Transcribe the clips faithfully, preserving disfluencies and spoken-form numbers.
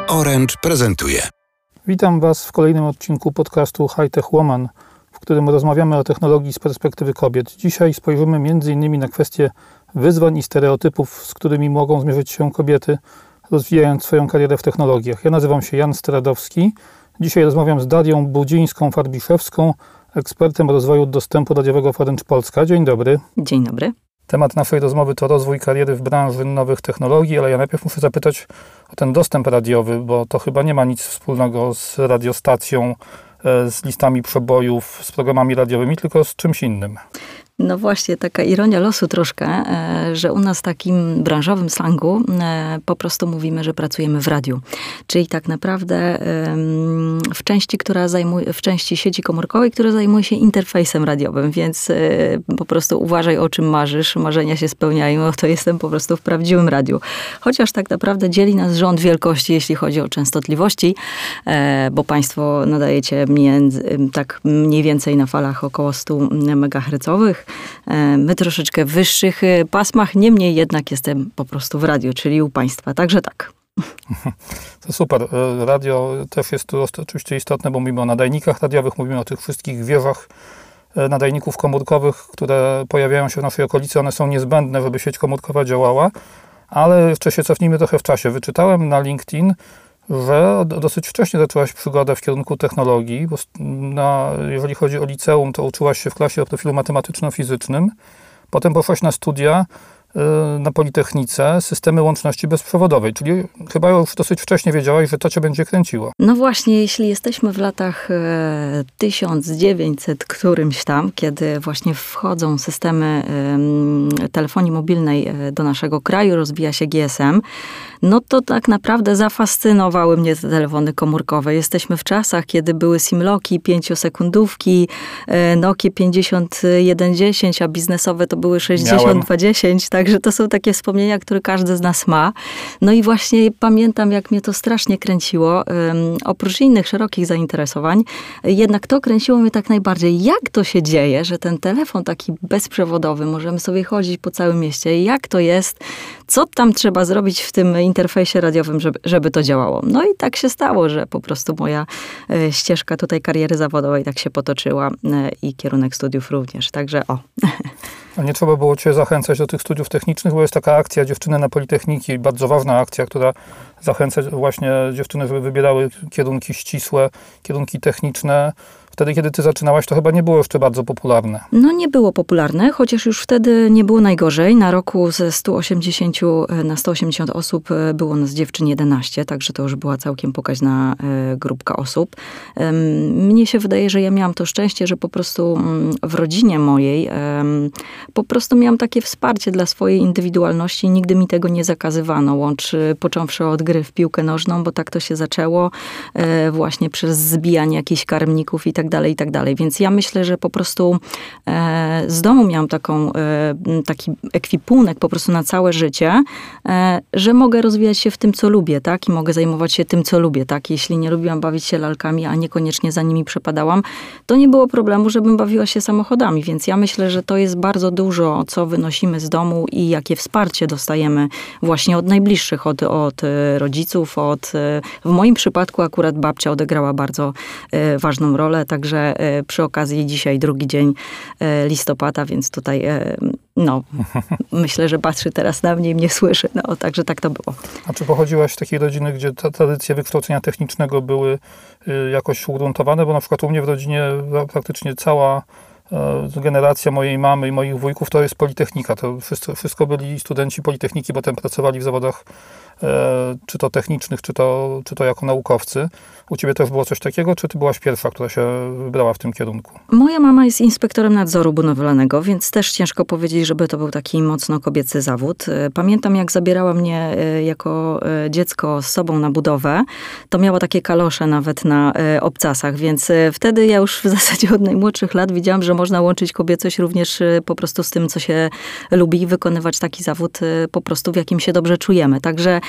Orange prezentuje. Witam Was w kolejnym odcinku podcastu High Tech Woman, w którym rozmawiamy o technologii z perspektywy kobiet. Dzisiaj spojrzymy między innymi na kwestie wyzwań i stereotypów, z którymi mogą zmierzyć się kobiety, rozwijając swoją karierę w technologiach. Ja nazywam się Jan Stradowski. Dzisiaj rozmawiam z Darią Budzińską-Farbiszewską, ekspertem rozwoju dostępu radiowego w Orange Polska. Dzień dobry. Dzień dobry. Temat naszej rozmowy to rozwój kariery w branży nowych technologii, ale ja najpierw muszę zapytać o ten dostęp radiowy, bo to chyba nie ma nic wspólnego z radiostacją, z listami przebojów, z programami radiowymi, tylko z czymś innym. No właśnie, taka ironia losu troszkę, że u nas w takim branżowym slangu po prostu mówimy, że pracujemy w radiu. Czyli tak naprawdę w części, która zajmuje, w części sieci komórkowej, która zajmuje się interfejsem radiowym, więc po prostu uważaj, o czym marzysz, marzenia się spełniają, to jestem po prostu w prawdziwym radiu. Chociaż tak naprawdę dzieli nas rząd wielkości, jeśli chodzi o częstotliwości, bo państwo nadajecie między, tak mniej więcej na falach około stu megahercowych. My troszeczkę w wyższych pasmach, niemniej jednak jestem po prostu w radiu, czyli u państwa. Także tak. To super. Radio też jest tu oczywiście istotne, bo mówimy o nadajnikach radiowych, mówimy o tych wszystkich wieżach nadajników komórkowych, które pojawiają się w naszej okolicy. One są niezbędne, żeby sieć komórkowa działała, ale jeszcze się cofnijmy trochę w czasie. Wyczytałem na LinkedIn, że dosyć wcześnie zaczęłaś przygodę w kierunku technologii, bo na, jeżeli chodzi o liceum, to uczyłaś się w klasie o profilu matematyczno-fizycznym. Potem poszłaś na studia y, na Politechnice systemy łączności bezprzewodowej, czyli chyba już dosyć wcześnie wiedziałaś, że to cię będzie kręciło. No właśnie, jeśli jesteśmy w latach e, tysiąc dziewięćset którymś tam, kiedy właśnie wchodzą systemy e, telefonii mobilnej e, do naszego kraju, rozwija się G S M, no to tak naprawdę zafascynowały mnie te telefony komórkowe. Jesteśmy w czasach, kiedy były simlocki, pięciosekundówki, Nokia pięćdziesiąt jeden dziesięć, a biznesowe to były sześćdziesiąt dwa dziesięć, także to są takie wspomnienia, które każdy z nas ma. No i właśnie pamiętam, jak mnie to strasznie kręciło. Um, oprócz innych szerokich zainteresowań, jednak to kręciło mnie tak najbardziej. Jak to się dzieje, że ten telefon taki bezprzewodowy, możemy sobie chodzić po całym mieście, jak to jest, co tam trzeba zrobić w tym interfejsie radiowym, żeby, żeby to działało. No i tak się stało, że po prostu moja e, ścieżka tutaj kariery zawodowej tak się potoczyła e, i kierunek studiów również. Także o. A nie trzeba było cię zachęcać do tych studiów technicznych, bo jest taka akcja Dziewczyny na Politechniki, bardzo ważna akcja, która zachęca właśnie dziewczyny, żeby wybierały kierunki ścisłe, kierunki techniczne. Wtedy, kiedy ty zaczynałaś, to chyba nie było jeszcze bardzo popularne. No nie było popularne, chociaż już wtedy nie było najgorzej. Na roku ze stu osiemdziesięciu na sto osiemdziesiąt osób było nas dziewczyn jedenaście, także to już była całkiem pokaźna grupka osób. Mnie się wydaje, że ja miałam to szczęście, że po prostu w rodzinie mojej po prostu miałam takie wsparcie dla swojej indywidualności i nigdy mi tego nie zakazywano, łącz, począwszy od gry w piłkę nożną, bo tak to się zaczęło, właśnie przez zbijanie jakichś karmników i tak dalej, i tak dalej. Więc ja myślę, że po prostu e, z domu miałam taką, e, taki ekwipunek po prostu na całe życie, e, że mogę rozwijać się w tym, co lubię, tak? I mogę zajmować się tym, co lubię, tak? Jeśli nie lubiłam bawić się lalkami, a niekoniecznie za nimi przepadałam, to nie było problemu, żebym bawiła się samochodami. Więc ja myślę, że to jest bardzo dużo, co wynosimy z domu i jakie wsparcie dostajemy właśnie od najbliższych, od, od rodziców, od... W moim przypadku akurat babcia odegrała bardzo e, ważną rolę. Także przy okazji dzisiaj drugi dzień listopada, więc tutaj no, myślę, że patrzy teraz na mnie i mnie słyszy. No, także tak to było. A czy pochodziłaś z takiej rodziny, gdzie te tradycje wykształcenia technicznego były jakoś ugruntowane? Bo na przykład u mnie w rodzinie praktycznie cała generacja mojej mamy i moich wujków to jest Politechnika. To wszystko, wszystko byli studenci Politechniki, potem pracowali w zawodach czy to technicznych, czy to, czy to jako naukowcy. U ciebie też było coś takiego, czy ty byłaś pierwsza, która się wybrała w tym kierunku? Moja mama jest inspektorem nadzoru budowlanego, więc też ciężko powiedzieć, żeby to był taki mocno kobiecy zawód. Pamiętam, jak zabierała mnie jako dziecko z sobą na budowę, to miała takie kalosze nawet na obcasach, więc wtedy ja już w zasadzie od najmłodszych lat widziałam, że można łączyć kobiecość również po prostu z tym, co się lubi i wykonywać taki zawód po prostu, w jakim się dobrze czujemy. Także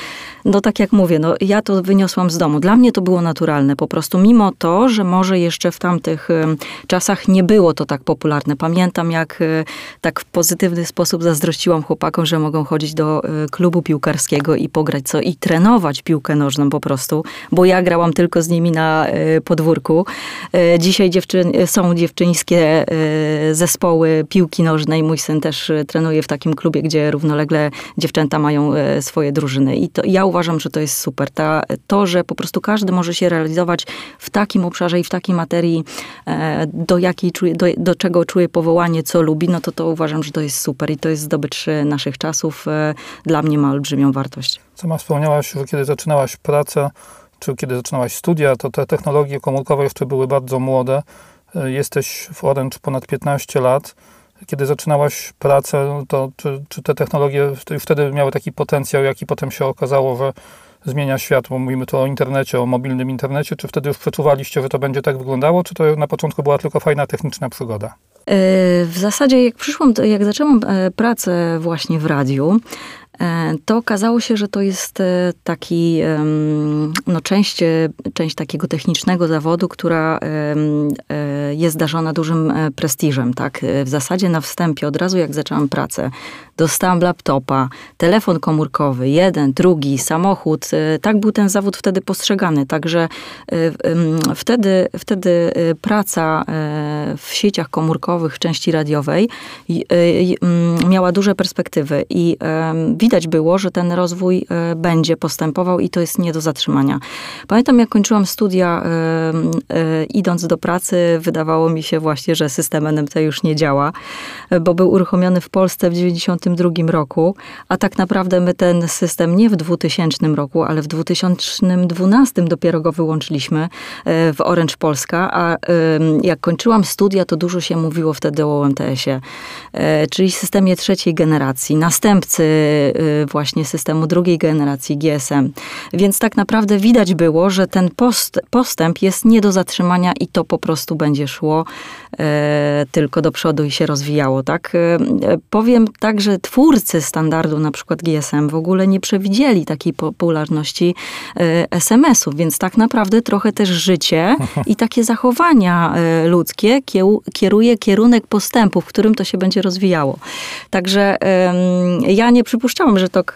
no tak jak mówię, no ja to wyniosłam z domu. Dla mnie to było naturalne po prostu, mimo to, że może jeszcze w tamtych czasach nie było to tak popularne. Pamiętam, jak tak w pozytywny sposób zazdrościłam chłopakom, że mogą chodzić do klubu piłkarskiego i pograć co i trenować piłkę nożną po prostu, bo ja grałam tylko z nimi na podwórku. Dzisiaj dziewczyn, są dziewczyńskie zespoły piłki nożnej. Mój syn też trenuje w takim klubie, gdzie równolegle dziewczęta mają swoje drużyny. I to, ja uważam, że to jest super. Ta, to, że po prostu każdy może się realizować w takim obszarze i w takiej materii, do jakiej czuje, do, do czego czuje powołanie, co lubi, no to to uważam, że to jest super i to jest zdobycz naszych czasów. Dla mnie ma olbrzymią wartość. Sama wspomniałaś, że kiedy zaczynałaś pracę, czy kiedy zaczynałaś studia, to te technologie komórkowe jeszcze były bardzo młode. Jesteś w Orange ponad piętnaście lat. Kiedy zaczynałaś pracę, to czy, czy te technologie już wtedy miały taki potencjał, jaki potem się okazało, że zmienia świat, bo mówimy tu o internecie, o mobilnym internecie, czy wtedy już przeczuwaliście, że to będzie tak wyglądało, czy to na początku była tylko fajna techniczna przygoda? W zasadzie jak przyszłam, jak zaczęłam pracę właśnie w radiu, to okazało się, że to jest taki, no część, część takiego technicznego zawodu, która jest darzona dużym prestiżem, tak? W zasadzie na wstępie, od razu jak zaczęłam pracę, dostałam laptopa, telefon komórkowy, jeden, drugi, samochód. Tak był ten zawód wtedy postrzegany. Także wtedy, wtedy praca w sieciach komórkowych w części radiowej miała duże perspektywy i widać było, że ten rozwój będzie postępował i to jest nie do zatrzymania. Pamiętam, jak kończyłam studia, idąc do pracy, wydawało mi się właśnie, że system N M T już nie działa, bo był uruchomiony w Polsce w dziewięćdziesiątym drugim roku, a tak naprawdę my ten system nie w dwutysięcznym roku, ale w dwa tysiące dwunastym dopiero go wyłączyliśmy w Orange Polska, a jak kończyłam studia, to dużo się mówiło wtedy o U M T S-ie, czyli systemie trzeciej generacji, następcy właśnie systemu drugiej generacji G S M. Więc tak naprawdę widać było, że ten post, postęp jest nie do zatrzymania i to po prostu będzie szło e, tylko do przodu i się rozwijało, tak? E, powiem tak, że twórcy standardu, na przykład G S M, w ogóle nie przewidzieli takiej popularności e, S M S ów, więc tak naprawdę trochę też życie i takie zachowania e, ludzkie kieruje kierunek postępu, w którym to się będzie rozwijało. Także e, ja nie przypuszczałam, że to,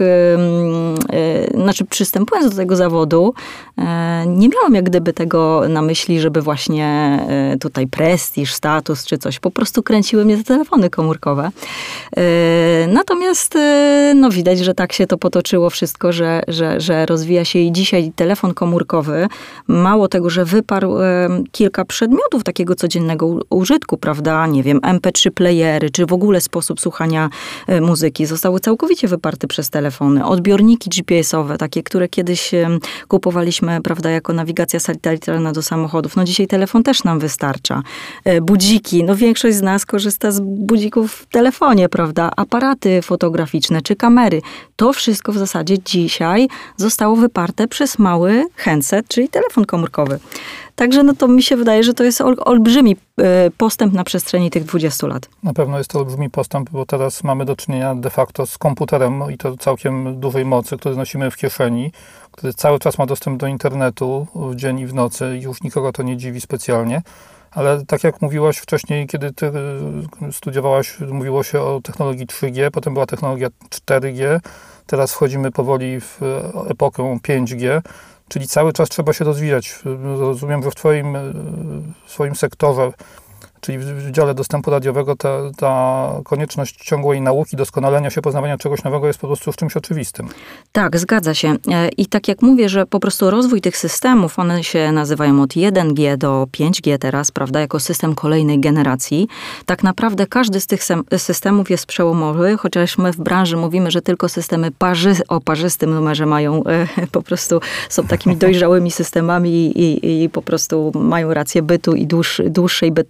yy, znaczy przystępując do tego zawodu, yy, nie miałam jak gdyby tego na myśli, żeby właśnie yy, tutaj prestiż, status czy coś. Po prostu kręciły mnie te telefony komórkowe. Yy, natomiast yy, no widać, że tak się to potoczyło wszystko, że, że, że rozwija się i dzisiaj telefon komórkowy, mało tego, że wyparł yy, kilka przedmiotów takiego codziennego u, użytku, prawda, nie wiem, M P trzy playery, czy w ogóle sposób słuchania yy, muzyki, zostały całkowicie wyparte przez telefony. Odbiorniki G P S-owe, takie, które kiedyś kupowaliśmy, prawda, jako nawigacja satelitarna do samochodów. No dzisiaj telefon też nam wystarcza. Budziki, no większość z nas korzysta z budzików w telefonie, prawda? Aparaty fotograficzne czy kamery. To wszystko w zasadzie dzisiaj zostało wyparte przez mały handset, czyli telefon komórkowy. Także no to mi się wydaje, że to jest ol, olbrzymi postęp na przestrzeni tych dwudziestu lat. Na pewno jest to olbrzymi postęp, bo teraz mamy do czynienia de facto z komputerem i to całkiem dużej mocy, który nosimy w kieszeni, który cały czas ma dostęp do internetu w dzień i w nocy i już nikogo to nie dziwi specjalnie. Ale tak jak mówiłaś wcześniej, kiedy ty studiowałaś, mówiło się o technologii trzy G, potem była technologia cztery G, teraz wchodzimy powoli w epokę pięć G, czyli cały czas trzeba się rozwijać. Rozumiem, że w twoim, w swoim sektorze, czyli w dziale dostępu radiowego, ta, ta konieczność ciągłej nauki, doskonalenia się, poznawania czegoś nowego jest po prostu już czymś oczywistym. Tak, zgadza się. I tak jak mówię, że po prostu rozwój tych systemów, one się nazywają od jeden G do pięć G teraz, prawda, jako system kolejnej generacji. Tak naprawdę każdy z tych systemów jest przełomowy, chociaż my w branży mówimy, że tylko systemy parzy, o parzystym numerze mają, po prostu są takimi dojrzałymi systemami i, i po prostu mają rację bytu i dłuż, dłuższej bytności z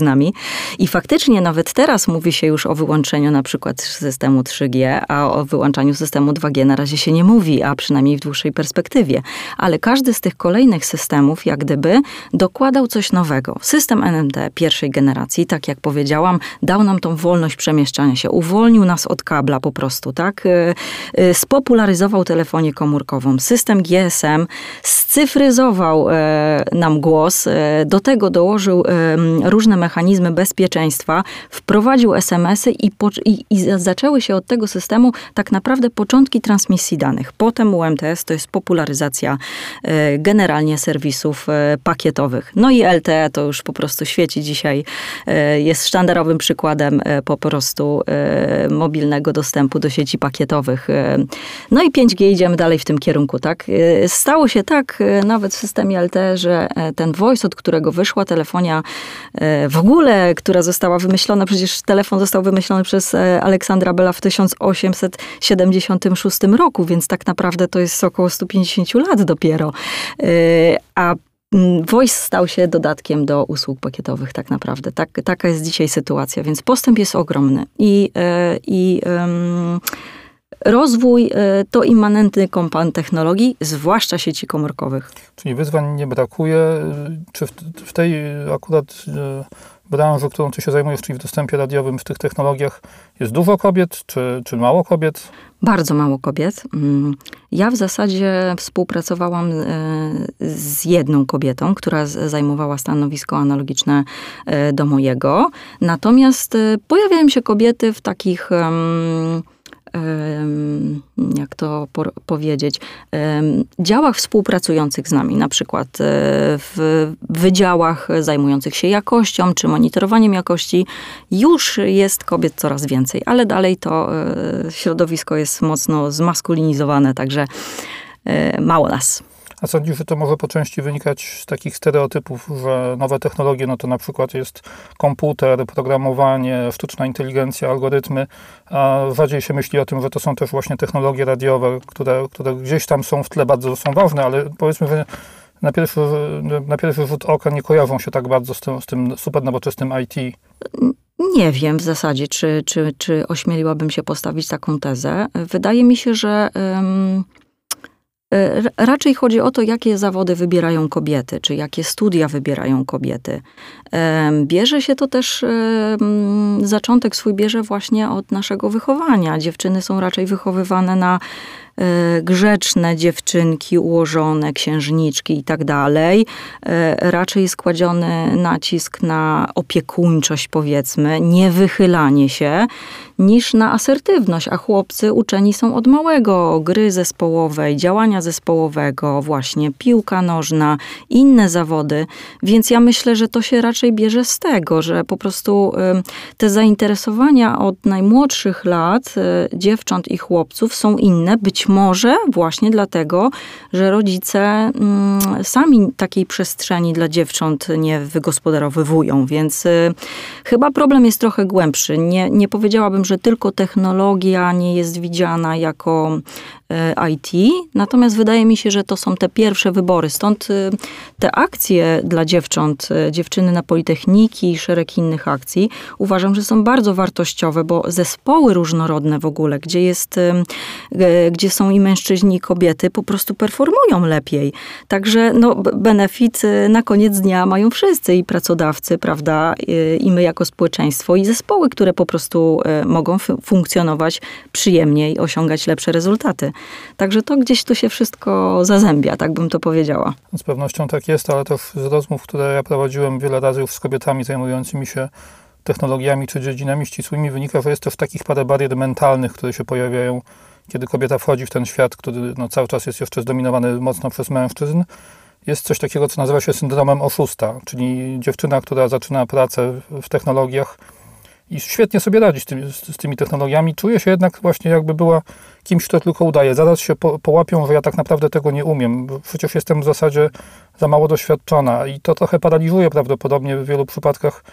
dziewczynami. I faktycznie nawet teraz mówi się już o wyłączeniu na przykład systemu trzy G, a o wyłączaniu systemu dwa G na razie się nie mówi, a przynajmniej w dłuższej perspektywie. Ale każdy z tych kolejnych systemów jak gdyby dokładał coś nowego. System N M T pierwszej generacji, tak jak powiedziałam, dał nam tą wolność przemieszczania się, uwolnił nas od kabla po prostu, tak? Spopularyzował telefonię komórkową. System G S M scyfryzował e, nam głos, e, do tego dołożył e, różne mechanizmy bezpieczeństwa, wprowadził es em esy i, po, i, i zaczęły się od tego systemu tak naprawdę początki transmisji danych. Potem U M T S to jest popularyzacja e, generalnie serwisów e, pakietowych. No i L T E to już po prostu świeci dzisiaj, e, jest sztandarowym przykładem e, po prostu e, mobilnego dostępu do sieci pakietowych. E, no i pięć G idziemy dalej w tym kierunku, tak? E, stało się tak, e, nawet w systemie L T E, że e, ten voice, od którego wyszła telefonia e, w ogóle, która została wymyślona, przecież telefon został wymyślony przez e, Aleksandra Bella w tysiąc osiemset siedemdziesiątym szóstym roku, więc tak naprawdę to jest około sto pięćdziesiąt lat dopiero. E, a Voice stał się dodatkiem do usług pakietowych tak naprawdę. Tak, taka jest dzisiaj sytuacja, więc postęp jest ogromny. I, i um, rozwój to immanentny kompan technologii, zwłaszcza sieci komórkowych. Czyli wyzwań nie brakuje. Czy w, w tej akurat branży, którą ty się zajmujesz, czyli w dostępie radiowym, w tych technologiach, jest dużo kobiet, czy, czy mało kobiet? Bardzo mało kobiet. Ja w zasadzie współpracowałam z jedną kobietą, która zajmowała stanowisko analogiczne do mojego. Natomiast pojawiają się kobiety w takich, jak to powiedzieć, działach współpracujących z nami, na przykład w wydziałach zajmujących się jakością, czy monitorowaniem jakości, już jest kobiet coraz więcej, ale dalej to środowisko jest mocno zmaskulinizowane, także mało nas. A sądzisz, że to może po części wynikać z takich stereotypów, że nowe technologie, no to na przykład jest komputer, programowanie, sztuczna inteligencja, algorytmy, a rzadziej się myśli o tym, że to są też właśnie technologie radiowe, które, które gdzieś tam są w tle, bardzo są ważne, ale powiedzmy, że na pierwszy, na pierwszy rzut oka nie kojarzą się tak bardzo z tym, z tym super nowoczesnym I T. Nie wiem w zasadzie, czy, czy, czy ośmieliłabym się postawić taką tezę. Wydaje mi się, że um, raczej chodzi o to, jakie zawody wybierają kobiety, czy jakie studia wybierają kobiety. Bierze się to też, zaczątek swój bierze właśnie od naszego wychowania. Dziewczyny są raczej wychowywane na grzeczne dziewczynki, ułożone, księżniczki i tak dalej. Raczej jest kładziony nacisk na opiekuńczość, powiedzmy, niewychylanie się, niż na asertywność, a chłopcy uczeni są od małego gry zespołowej, działania zespołowego, właśnie piłka nożna, inne zawody, więc ja myślę, że to się raczej bierze z tego, że po prostu te zainteresowania od najmłodszych lat dziewcząt i chłopców są inne, być może właśnie dlatego, że rodzice mm, sami takiej przestrzeni dla dziewcząt nie wygospodarowywują, więc y, chyba problem jest trochę głębszy. Nie, nie powiedziałabym, że tylko technologia nie jest widziana jako y, I T, natomiast wydaje mi się, że to są te pierwsze wybory. Stąd y, te akcje dla dziewcząt, y, dziewczyny na Politechniki i szereg innych akcji, uważam, że są bardzo wartościowe, bo zespoły różnorodne w ogóle, gdzie jest, y, y, gdzie są i mężczyźni, i kobiety, po prostu performują lepiej. Także no, benefit na koniec dnia mają wszyscy, i pracodawcy, prawda, i my jako społeczeństwo, i zespoły, które po prostu mogą f- funkcjonować przyjemniej, osiągać lepsze rezultaty. Także to gdzieś tu się wszystko zazębia, tak bym to powiedziała. Z pewnością tak jest, ale też z rozmów, które ja prowadziłem wiele razy już z kobietami zajmującymi się technologiami czy dziedzinami ścisłymi, wynika, że jest też takich parę barier mentalnych, które się pojawiają, kiedy kobieta wchodzi w ten świat, który no, cały czas jest jeszcze zdominowany mocno przez mężczyzn. Jest coś takiego, co nazywa się syndromem oszusta, czyli dziewczyna, która zaczyna pracę w technologiach i świetnie sobie radzi z tymi, z tymi technologiami, czuje się jednak właśnie jakby była kimś, kto tylko udaje. Zaraz się po, połapią, że ja tak naprawdę tego nie umiem, bo przecież jestem w zasadzie za mało doświadczona i to trochę paraliżuje prawdopodobnie w wielu przypadkach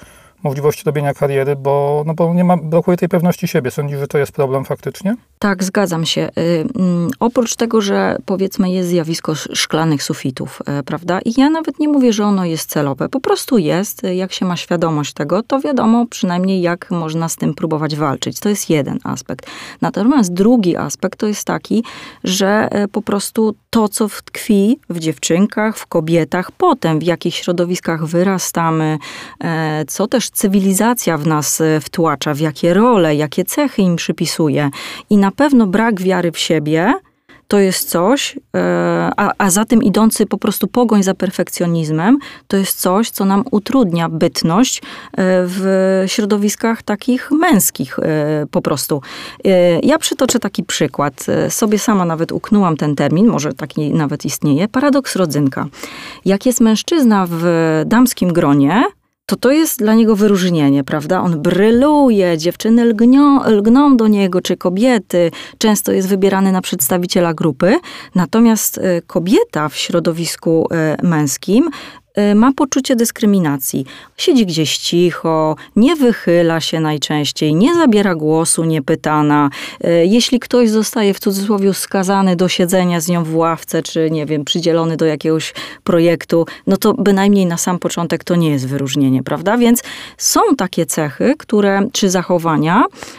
możliwości robienia kariery, bo, no bo nie ma, brakuje tej pewności siebie. Sądzisz, że to jest problem faktycznie? Tak, zgadzam się. Y, mm, oprócz tego, że powiedzmy jest zjawisko szklanych sufitów, y, prawda? I ja nawet nie mówię, że ono jest celowe. Po prostu jest. Jak się ma świadomość tego, to wiadomo przynajmniej, jak można z tym próbować walczyć. To jest jeden aspekt. Natomiast drugi aspekt to jest taki, że y, po prostu to, co tkwi w dziewczynkach, w kobietach, potem w jakich środowiskach wyrastamy, y, co też cywilizacja w nas wtłacza, w jakie role, jakie cechy im przypisuje. I na pewno brak wiary w siebie to jest coś, a, a za tym idący po prostu pogoń za perfekcjonizmem, to jest coś, co nam utrudnia bytność w środowiskach takich męskich po prostu. Ja przytoczę taki przykład. Sobie sama nawet uknęłam ten termin, może taki nawet istnieje. Paradoks rodzynka. Jak jest mężczyzna w damskim gronie, to to jest dla niego wyróżnienie, prawda? On bryluje, dziewczyny lgnią, lgną do niego, czy kobiety. Często jest wybierany na przedstawiciela grupy. Natomiast kobieta w środowisku męskim ma poczucie dyskryminacji. Siedzi gdzieś cicho, nie wychyla się najczęściej, nie zabiera głosu niepytana. Jeśli ktoś zostaje w cudzysłowie skazany do siedzenia z nią w ławce, czy nie wiem, przydzielony do jakiegoś projektu, no to bynajmniej na sam początek to nie jest wyróżnienie, prawda? Więc są takie cechy, które, czy zachowania,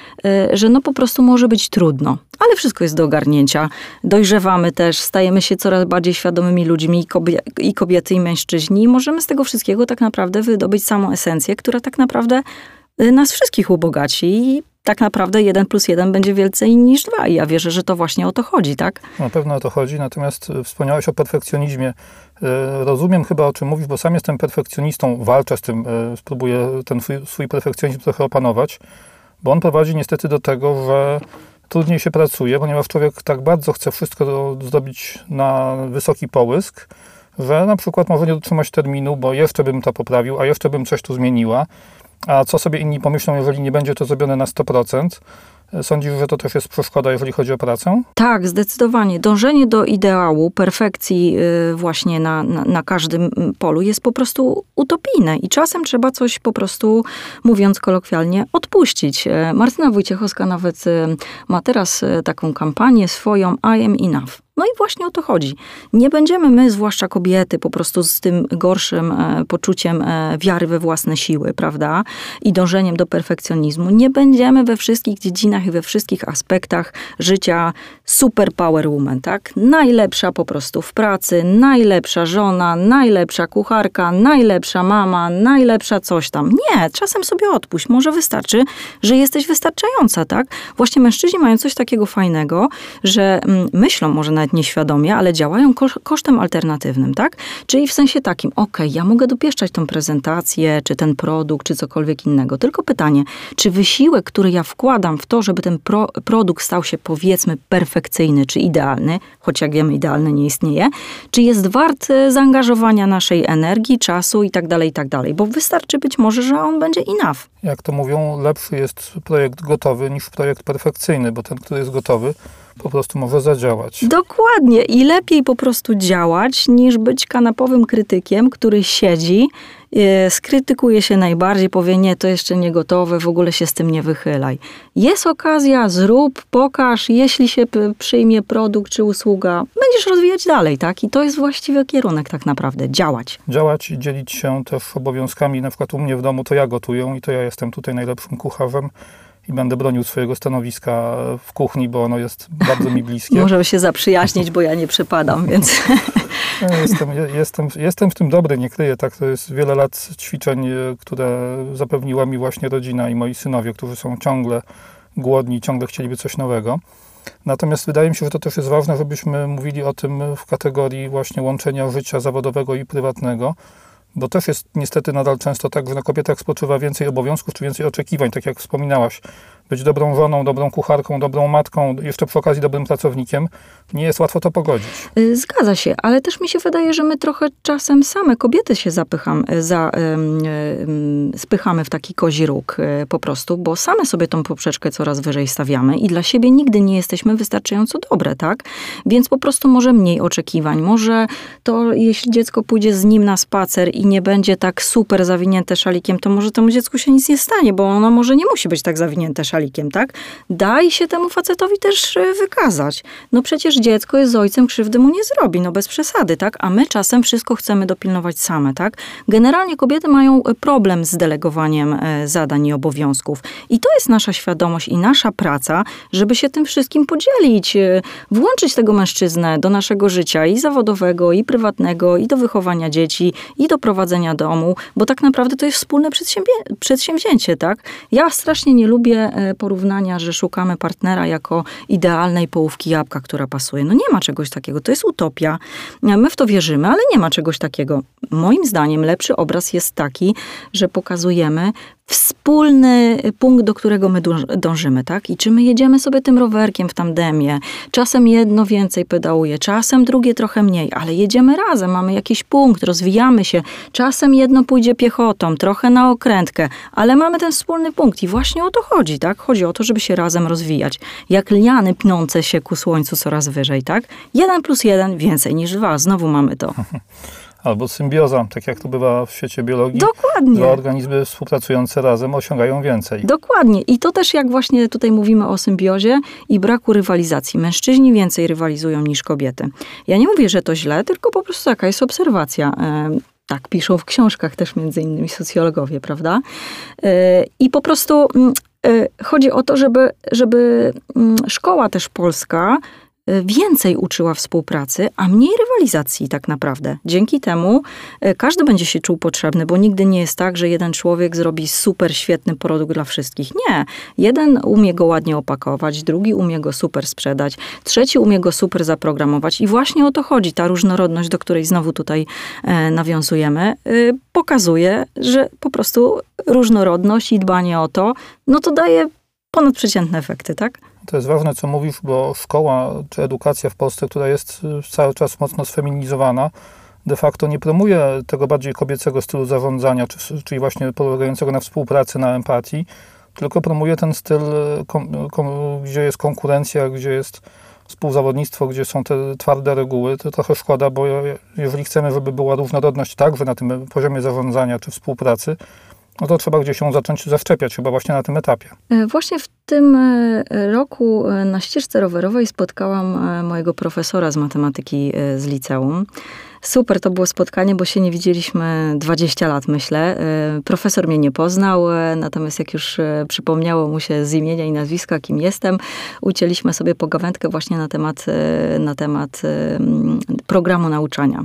że no po prostu może być trudno. Ale wszystko jest do ogarnięcia. Dojrzewamy też, stajemy się coraz bardziej świadomymi ludźmi, i, kobie- i kobiety, i mężczyźni. I możemy z tego wszystkiego tak naprawdę wydobyć samą esencję, która tak naprawdę nas wszystkich ubogaci. I tak naprawdę jeden plus jeden będzie więcej niż dwa. I ja wierzę, że to właśnie o to chodzi, tak? Na pewno o to chodzi, natomiast wspomniałeś o perfekcjonizmie. Rozumiem chyba, o czym mówisz, bo sam jestem perfekcjonistą, walczę z tym, spróbuję ten swój, swój perfekcjonizm trochę opanować, bo on prowadzi niestety do tego, że trudniej się pracuje, ponieważ człowiek tak bardzo chce wszystko do, zrobić na wysoki połysk, że na przykład może nie dotrzymać terminu, bo jeszcze bym to poprawił, a jeszcze bym coś tu zmieniła. A co sobie inni pomyślą, jeżeli nie będzie to zrobione na sto procent? Sądzisz, że to też jest przeszkoda, jeżeli chodzi o pracę? Tak, zdecydowanie. Dążenie do ideału, perfekcji właśnie na, na, na każdym polu jest po prostu utopijne i czasem trzeba coś po prostu, mówiąc kolokwialnie, odpuścić. Martyna Wojciechowska nawet ma teraz taką kampanię swoją I am enough. No i właśnie o to chodzi. Nie będziemy my, zwłaszcza kobiety, po prostu z tym gorszym e, poczuciem e, wiary we własne siły, prawda? I dążeniem do perfekcjonizmu. Nie będziemy we wszystkich dziedzinach i we wszystkich aspektach życia super power woman, tak? Najlepsza po prostu w pracy, najlepsza żona, najlepsza kucharka, najlepsza mama, najlepsza coś tam. Nie, czasem sobie odpuść. Może wystarczy, że jesteś wystarczająca, tak? Właśnie mężczyźni mają coś takiego fajnego, że mm, myślą może nawet nieświadomie, ale działają kosz, kosztem alternatywnym, tak? Czyli w sensie takim, okej, ja mogę dopieszczać tą prezentację, czy ten produkt, czy cokolwiek innego. Tylko pytanie, czy wysiłek, który ja wkładam w to, żeby ten pro, produkt stał się powiedzmy perfekcyjny, czy idealny, choć jak wiemy, idealny nie istnieje, czy jest wart zaangażowania naszej energii, czasu i tak dalej, i tak dalej. Bo wystarczy być może, że on będzie enough. Jak to mówią, lepszy jest projekt gotowy niż projekt perfekcyjny, bo ten, który jest gotowy, po prostu może zadziałać. Dokładnie. I lepiej po prostu działać, niż być kanapowym krytykiem, który siedzi, yy, skrytykuje się najbardziej, powie, nie, to jeszcze nie gotowe, w ogóle się z tym nie wychylaj. Jest okazja, zrób, pokaż, jeśli się p- przyjmie produkt czy usługa, będziesz rozwijać dalej, tak? I to jest właściwy kierunek tak naprawdę, działać. Działać i dzielić się też obowiązkami. Na przykład u mnie w domu to ja gotuję i to ja jestem tutaj najlepszym kucharzem. I będę bronił swojego stanowiska w kuchni, bo ono jest bardzo mi bliskie. Możemy się zaprzyjaźnić, bo ja nie przepadam, więc... Ja jestem, jestem, jestem w tym dobry, nie kryję. Tak, to jest wiele lat ćwiczeń, które zapewniła mi właśnie rodzina i moi synowie, którzy są ciągle głodni, ciągle chcieliby coś nowego. Natomiast wydaje mi się, że to też jest ważne, żebyśmy mówili o tym w kategorii właśnie łączenia życia zawodowego i prywatnego, bo też jest niestety nadal często tak, że na kobietach spoczywa więcej obowiązków czy więcej oczekiwań, tak jak wspominałaś. być dobrą żoną, dobrą kucharką, dobrą matką, jeszcze przy okazji dobrym pracownikiem, nie jest łatwo to pogodzić. Zgadza się, ale też mi się wydaje, że my trochę czasem same, kobiety się zapycham, za, um, spychamy w taki kozi róg po prostu, bo same sobie tą poprzeczkę coraz wyżej stawiamy i dla siebie nigdy nie jesteśmy wystarczająco dobre, tak? Więc po prostu może mniej oczekiwań, może to, jeśli dziecko pójdzie z nim na spacer i nie będzie tak super zawinięte szalikiem, to może temu dziecku się nic nie stanie, bo ono może nie musi być tak zawinięte szalikiem, tak? Daj się temu facetowi też wykazać. No przecież dziecko jest z ojcem, krzywdy mu nie zrobi, no bez przesady, tak? A my czasem wszystko chcemy dopilnować same, tak? Generalnie kobiety mają problem z delegowaniem zadań i obowiązków. I to jest nasza świadomość i nasza praca, żeby się tym wszystkim podzielić, włączyć tego mężczyznę do naszego życia i zawodowego, i prywatnego, i do wychowania dzieci, i do prowadzenia domu, bo tak naprawdę to jest wspólne przedsięwzię- przedsięwzięcie, tak? Ja strasznie nie lubię porównania, że szukamy partnera jako idealnej połówki jabłka, która pasuje. No nie ma czegoś takiego, to jest utopia. My w to wierzymy, ale nie ma czegoś takiego. Moim zdaniem lepszy obraz jest taki, że pokazujemy wspólny punkt, do którego my dążymy, tak? I czy my jedziemy sobie tym rowerkiem w tandemie, czasem jedno więcej pedałuje, czasem drugie trochę mniej, ale jedziemy razem, mamy jakiś punkt, rozwijamy się, czasem jedno pójdzie piechotą, trochę na okrętkę, ale mamy ten wspólny punkt i właśnie o to chodzi, tak? Chodzi o to, żeby się razem rozwijać. Jak liany pnące się ku słońcu coraz wyżej, tak? Jeden plus jeden więcej niż dwa, znowu mamy to. Albo symbioza, tak jak to bywa w świecie biologii. Dokładnie. Dwa organizmy współpracujące razem osiągają więcej. Dokładnie. I to też jak właśnie tutaj mówimy o symbiozie i braku rywalizacji. Mężczyźni więcej rywalizują niż kobiety. Ja nie mówię, że to źle, tylko po prostu taka jest obserwacja. Tak piszą w książkach też między innymi socjologowie, prawda? I po prostu chodzi o to, żeby, żeby szkoła też polska więcej uczyła współpracy, a mniej rywalizacji tak naprawdę. Dzięki temu każdy będzie się czuł potrzebny, bo nigdy nie jest tak, że jeden człowiek zrobi super świetny produkt dla wszystkich. Nie. Jeden umie go ładnie opakować, drugi umie go super sprzedać, trzeci umie go super zaprogramować i właśnie o to chodzi. Ta różnorodność, do której znowu tutaj nawiązujemy, pokazuje, że po prostu różnorodność i dbanie o to, no to daje ponadprzeciętne efekty, tak? To jest ważne, co mówisz, bo szkoła czy edukacja w Polsce, która jest cały czas mocno sfeminizowana, de facto nie promuje tego bardziej kobiecego stylu zarządzania, czyli właśnie polegającego na współpracy, na empatii, tylko promuje ten styl, gdzie jest konkurencja, gdzie jest współzawodnictwo, gdzie są te twarde reguły. To trochę szkoda, bo jeżeli chcemy, żeby była różnorodność także na tym poziomie zarządzania czy współpracy, no to trzeba gdzieś ją zacząć zaszczepiać, chyba właśnie na tym etapie. Właśnie w tym roku na ścieżce rowerowej spotkałam mojego profesora z matematyki z liceum. Super to było spotkanie, bo się nie widzieliśmy dwadzieścia lat, myślę. Profesor mnie nie poznał, natomiast jak już przypomniało mu się z imienia i nazwiska, kim jestem, ucięliśmy sobie pogawędkę właśnie na temat, na temat programu nauczania.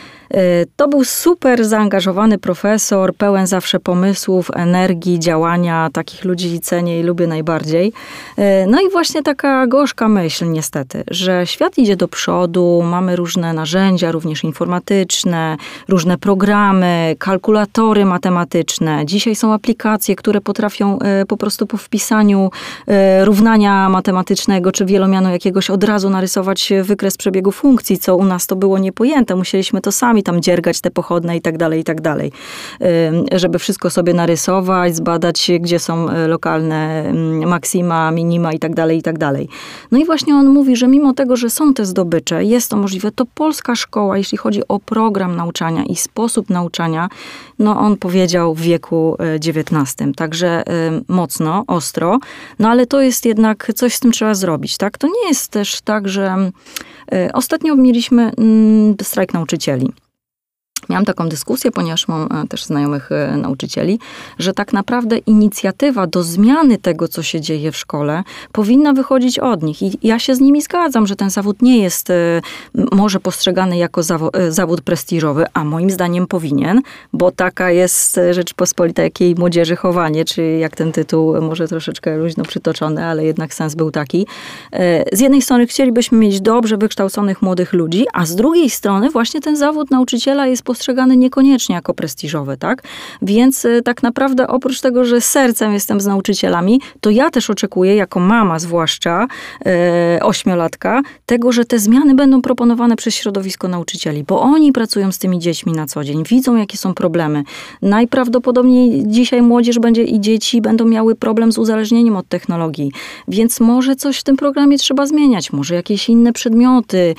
To był super zaangażowany profesor, pełen zawsze pomysłów, energii, działania. Takich ludzi cenię i lubię najbardziej. No i właśnie taka gorzka myśl niestety, że świat idzie do przodu, mamy różne narzędzia, również informatyczne, różne programy, kalkulatory matematyczne. Dzisiaj są aplikacje, które potrafią po prostu po wpisaniu równania matematycznego czy wielomianu jakiegoś od razu narysować wykres przebiegu funkcji, co u nas to było niepojęte. Musieliśmy to sami tam dziergać te pochodne i tak dalej, i tak dalej. Żeby wszystko sobie narysować, zbadać, gdzie są lokalne maksima, minima i tak dalej, i tak dalej. No i właśnie on mówi, że mimo tego, że są te zdobycze, jest to możliwe, to polska szkoła, jeśli chodzi o program nauczania i sposób nauczania, no on powiedział w wieku dziewiętnastym. Także mocno, ostro, no ale to jest jednak, coś z tym trzeba zrobić, tak? To nie jest też tak, że ostatnio mieliśmy strajk nauczycieli. Miałam taką dyskusję, ponieważ mam też znajomych nauczycieli, że tak naprawdę inicjatywa do zmiany tego, co się dzieje w szkole, powinna wychodzić od nich. I ja się z nimi zgadzam, że ten zawód nie jest może postrzegany jako zawo- zawód prestiżowy, a moim zdaniem powinien, bo taka jest Rzeczpospolita, jak jej młodzieży chowanie, czy jak ten tytuł, może troszeczkę luźno przytoczony, ale jednak sens był taki. Z jednej strony chcielibyśmy mieć dobrze wykształconych młodych ludzi, a z drugiej strony właśnie ten zawód nauczyciela jest postrzegany postrzegany niekoniecznie jako prestiżowy, tak? Więc tak naprawdę oprócz tego, że sercem jestem z nauczycielami, to ja też oczekuję, jako mama zwłaszcza, e, ośmiolatka, tego, że te zmiany będą proponowane przez środowisko nauczycieli, bo oni pracują z tymi dziećmi na co dzień, widzą, jakie są problemy. Najprawdopodobniej dzisiaj młodzież będzie i dzieci będą miały problem z uzależnieniem od technologii, więc może coś w tym programie trzeba zmieniać, może jakieś inne przedmioty,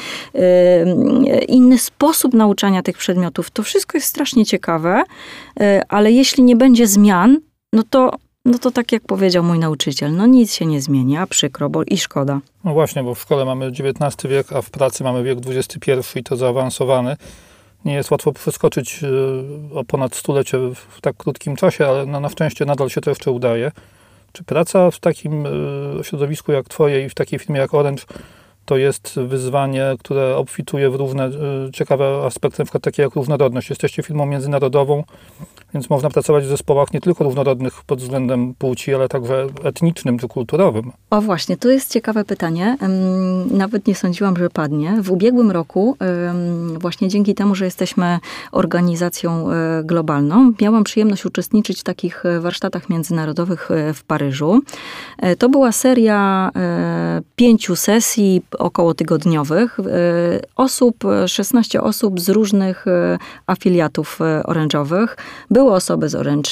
e, inny sposób nauczania tych przedmiotów. To wszystko jest strasznie ciekawe, e, ale jeśli nie będzie zmian, no to No to tak jak powiedział mój nauczyciel, no nic się nie zmieni, a przykro, bo i szkoda. No właśnie, bo w szkole mamy dziewiętnasty wiek, a w pracy mamy wiek dwudziesty pierwszy i to zaawansowany. Nie jest łatwo przeskoczyć o ponad stulecie w tak krótkim czasie, ale no na szczęście nadal się to jeszcze udaje. Czy praca w takim środowisku jak twoje i w takiej firmie jak Orange to jest wyzwanie, które obfituje w różne ciekawe aspekty, na przykład takie jak różnorodność. Jesteście firmą międzynarodową, więc można pracować w zespołach nie tylko różnorodnych pod względem płci, ale także etnicznym czy kulturowym. O właśnie, to jest ciekawe pytanie. Nawet nie sądziłam, że padnie. W ubiegłym roku, właśnie dzięki temu, że jesteśmy organizacją globalną, miałam przyjemność uczestniczyć w takich warsztatach międzynarodowych w Paryżu. To była seria pięciu sesji około tygodniowych. Osób, szesnaście osób z różnych afiliatów orange'owych. Były osoby z Orange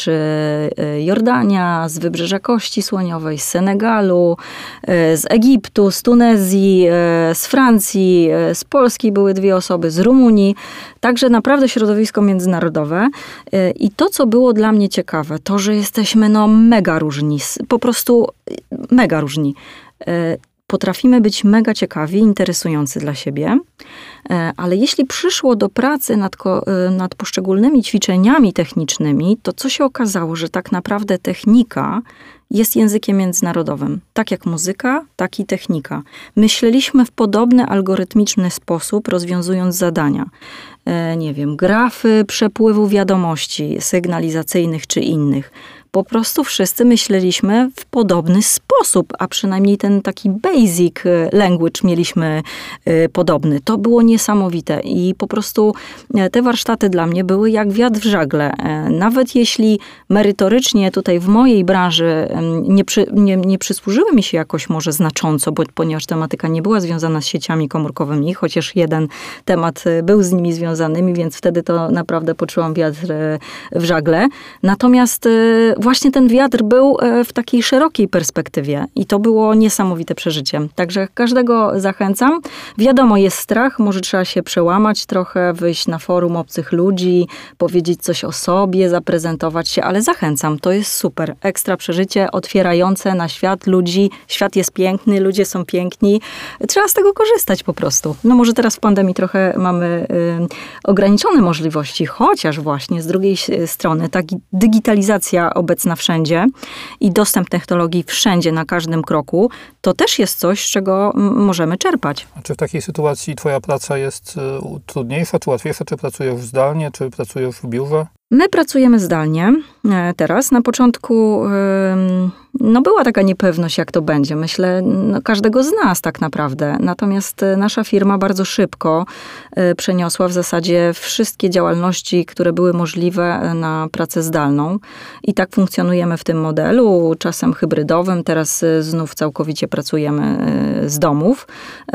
Jordania, z Wybrzeża Kości Słoniowej, z Senegalu, z Egiptu, z Tunezji, z Francji, z Polski były dwie osoby, z Rumunii. Także naprawdę środowisko międzynarodowe. I to, co było dla mnie ciekawe, to, że jesteśmy no mega różni. Po prostu mega różni. Potrafimy być mega ciekawi, interesujący dla siebie, ale jeśli przyszło do pracy nad, nad poszczególnymi ćwiczeniami technicznymi, to co się okazało, że tak naprawdę technika jest językiem międzynarodowym. Tak jak muzyka, tak i technika. Myśleliśmy w podobny algorytmiczny sposób, rozwiązując zadania. Nie wiem, grafy przepływu wiadomości sygnalizacyjnych czy innych. Po prostu wszyscy myśleliśmy w podobny sposób, a przynajmniej ten taki basic language mieliśmy podobny. To było niesamowite i po prostu te warsztaty dla mnie były jak wiatr w żagle. Nawet jeśli merytorycznie tutaj w mojej branży nie, przy, nie, nie przysłużyły mi się jakoś może znacząco, bo, ponieważ tematyka nie była związana z sieciami komórkowymi, chociaż jeden temat był z nimi związanymi, więc wtedy to naprawdę poczułam wiatr w żagle. Natomiast właśnie ten wiatr był w takiej szerokiej perspektywie i to było niesamowite przeżycie. Także każdego zachęcam. Wiadomo, jest strach, może trzeba się przełamać trochę, wyjść na forum obcych ludzi, powiedzieć coś o sobie, zaprezentować się, ale zachęcam. To jest super. Ekstra przeżycie, otwierające na świat ludzi. Świat jest piękny, ludzie są piękni. Trzeba z tego korzystać po prostu. No może teraz w pandemii trochę mamy y, ograniczone możliwości, chociaż właśnie z drugiej strony ta digitalizacja obecna wszędzie i dostęp technologii wszędzie, na każdym kroku, to też jest coś, z czego możemy czerpać. A czy w takiej sytuacji twoja praca jest trudniejsza, czy łatwiejsza? Czy pracujesz zdalnie, czy pracujesz w biurze? My pracujemy zdalnie teraz. Na początku no była taka niepewność, jak to będzie. Myślę, no, każdego z nas tak naprawdę. Natomiast nasza firma bardzo szybko przeniosła w zasadzie wszystkie działalności, które były możliwe na pracę zdalną. I tak funkcjonujemy w tym modelu, czasem hybrydowym. Teraz znów całkowicie pracujemy z domów.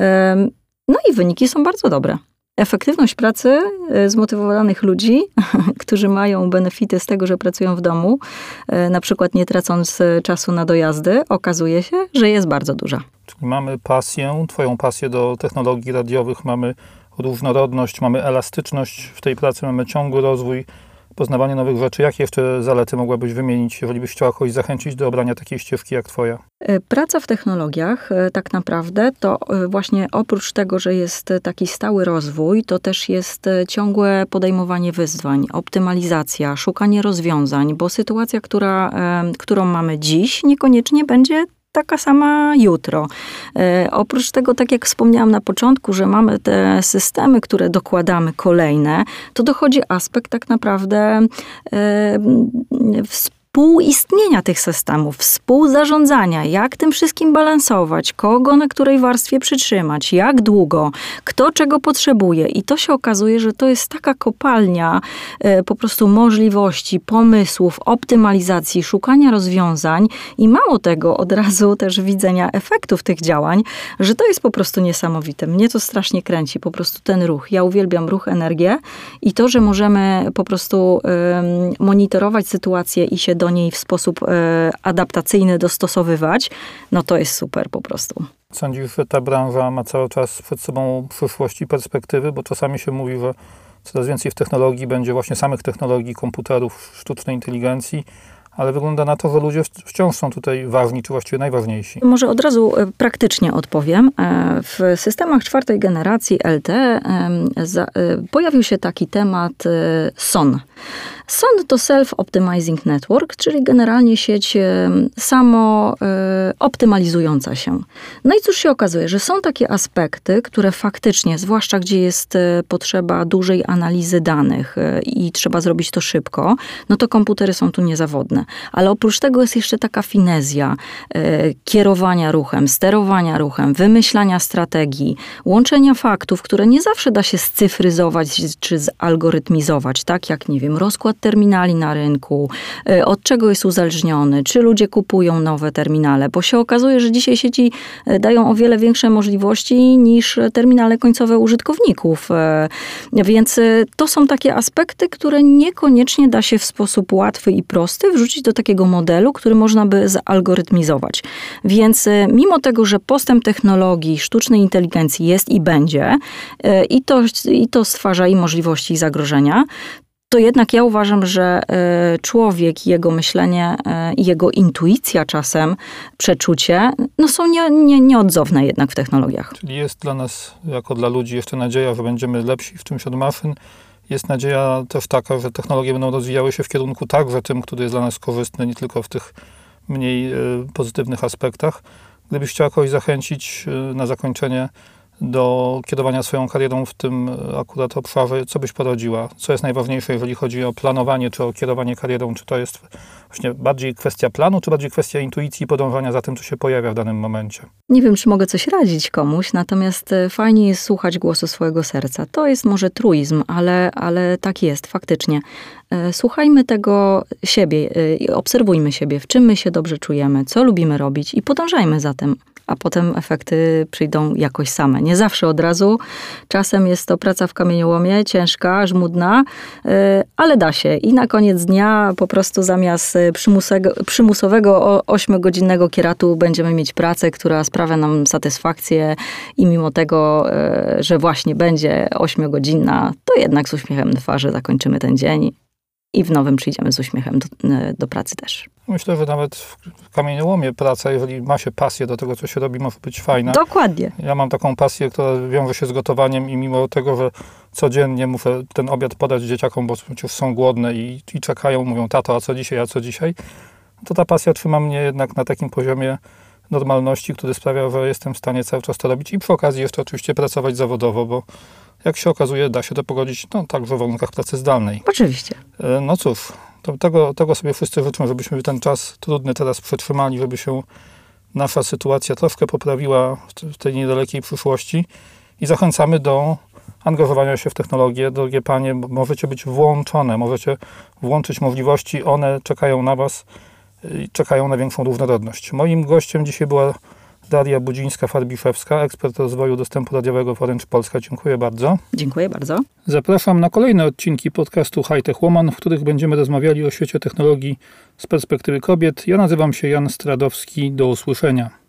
No i wyniki są bardzo dobre. Efektywność pracy zmotywowanych ludzi, którzy mają benefity z tego, że pracują w domu, na przykład nie tracąc czasu na dojazdy, okazuje się, że jest bardzo duża. Czyli mamy pasję, twoją pasję do technologii radiowych, mamy różnorodność, mamy elastyczność w tej pracy, mamy ciągły rozwój, poznawanie nowych rzeczy. Jakie jeszcze zalety mogłabyś wymienić, jeżeli byś chciała kogoś zachęcić do obrania takiej ścieżki jak twoja? Praca w technologiach tak naprawdę to właśnie oprócz tego, że jest taki stały rozwój, to też jest ciągłe podejmowanie wyzwań, optymalizacja, szukanie rozwiązań, bo sytuacja, która, którą mamy dziś, niekoniecznie będzie taka sama jutro. E, oprócz tego, tak jak wspomniałam na początku, że mamy te systemy, które dokładamy kolejne, to dochodzi aspekt tak naprawdę e, współistnienia tych systemów, współzarządzania, jak tym wszystkim balansować, kogo na której warstwie przytrzymać, jak długo, kto czego potrzebuje. I to się okazuje, że to jest taka kopalnia e, po prostu możliwości, pomysłów, optymalizacji, szukania rozwiązań i mało tego, od razu też widzenia efektów tych działań, że to jest po prostu niesamowite. Mnie to strasznie kręci, po prostu ten ruch. Ja uwielbiam ruch, energię i to, że możemy po prostu y, monitorować sytuację i się do niej w sposób y, adaptacyjny dostosowywać, no to jest super po prostu. Sądzisz, że ta branża ma cały czas przed sobą przyszłość i perspektywy, bo czasami się mówi, że coraz więcej w technologii będzie właśnie samych technologii, komputerów, sztucznej inteligencji, ale wygląda na to, że ludzie wciąż są tutaj ważni, czy właściwie najważniejsi. Może od razu praktycznie odpowiem. W systemach czwartej generacji L T E pojawił się taki temat S O N. S O N to Self-Optimizing Network, czyli generalnie sieć samo optymalizująca się. No i cóż się okazuje, że są takie aspekty, które faktycznie, zwłaszcza gdzie jest potrzeba dużej analizy danych i trzeba zrobić to szybko, no to komputery są tu niezawodne. Ale oprócz tego jest jeszcze taka finezja kierowania ruchem, sterowania ruchem, wymyślania strategii, łączenia faktów, które nie zawsze da się scyfryzować czy zalgorytmizować, tak jak, nie wiem, rozkład terminali na rynku, od czego jest uzależniony, czy ludzie kupują nowe terminale, bo się okazuje, że dzisiaj sieci dają o wiele większe możliwości niż terminale końcowe użytkowników. Więc to są takie aspekty, które niekoniecznie da się w sposób łatwy i prosty wrzucić do takiego modelu, który można by zalgorytmizować. Więc mimo tego, że postęp technologii, sztucznej inteligencji jest i będzie, i to, i to stwarza i możliwości, i zagrożenia, to jednak ja uważam, że człowiek, jego myślenie i jego intuicja czasem, przeczucie, no są nie, nie, nieodzowne jednak w technologiach. Czyli jest dla nas, jako dla ludzi, jeszcze nadzieja, że będziemy lepsi w czymś od maszyn. Jest nadzieja też taka, że technologie będą rozwijały się w kierunku także tym, który jest dla nas korzystny, nie tylko w tych mniej pozytywnych aspektach. Gdybyś chciał kogoś zachęcić na zakończenie do kierowania swoją karierą w tym akurat obszarze, co byś poradziła? Co jest najważniejsze, jeżeli chodzi o planowanie, czy o kierowanie karierą? Czy to jest właśnie bardziej kwestia planu, czy bardziej kwestia intuicji i podążania za tym, co się pojawia w danym momencie? Nie wiem, czy mogę coś radzić komuś, natomiast fajnie jest słuchać głosu swojego serca. To jest może truizm, ale, ale tak jest, faktycznie. Słuchajmy tego siebie, obserwujmy siebie, w czym my się dobrze czujemy, co lubimy robić i podążajmy za tym. A potem efekty przyjdą jakoś same. Nie zawsze od razu. Czasem jest to praca w kamieniołomie, ciężka, żmudna, ale da się. I na koniec dnia po prostu zamiast przymusowego ośmiogodzinnego kieratu będziemy mieć pracę, która sprawia nam satysfakcję i mimo tego, że właśnie będzie ośmiogodzinna, to jednak z uśmiechem na twarzy zakończymy ten dzień. I w nowym przyjdziemy z uśmiechem do, do pracy też. Myślę, że nawet w kamieniołomie praca, jeżeli ma się pasję do tego, co się robi, może być fajna. Dokładnie. Ja mam taką pasję, która wiąże się z gotowaniem i mimo tego, że codziennie muszę ten obiad podać dzieciakom, bo przecież są głodne i, i czekają, mówią, tato, a co dzisiaj, a co dzisiaj, to ta pasja trzyma mnie jednak na takim poziomie normalności, który sprawia, że jestem w stanie cały czas to robić i przy okazji jeszcze oczywiście pracować zawodowo, bo jak się okazuje, da się to pogodzić no, także w warunkach pracy zdalnej. Oczywiście. No cóż, to tego, tego sobie wszyscy życzmy, żebyśmy ten czas trudny teraz przetrzymali, żeby się nasza sytuacja troszkę poprawiła w tej niedalekiej przyszłości i zachęcamy do angażowania się w technologię. Drogie panie, możecie być włączone, możecie włączyć możliwości, one czekają na was i czekają na większą różnorodność. Moim gościem dzisiaj była Daria Budzińska-Farbiszewska, ekspert rozwoju dostępu radiowego w Orange Polska. Dziękuję bardzo. Dziękuję bardzo. Zapraszam na kolejne odcinki podcastu High Tech Woman, w których będziemy rozmawiali o świecie technologii z perspektywy kobiet. Ja nazywam się Jan Stradowski. Do usłyszenia.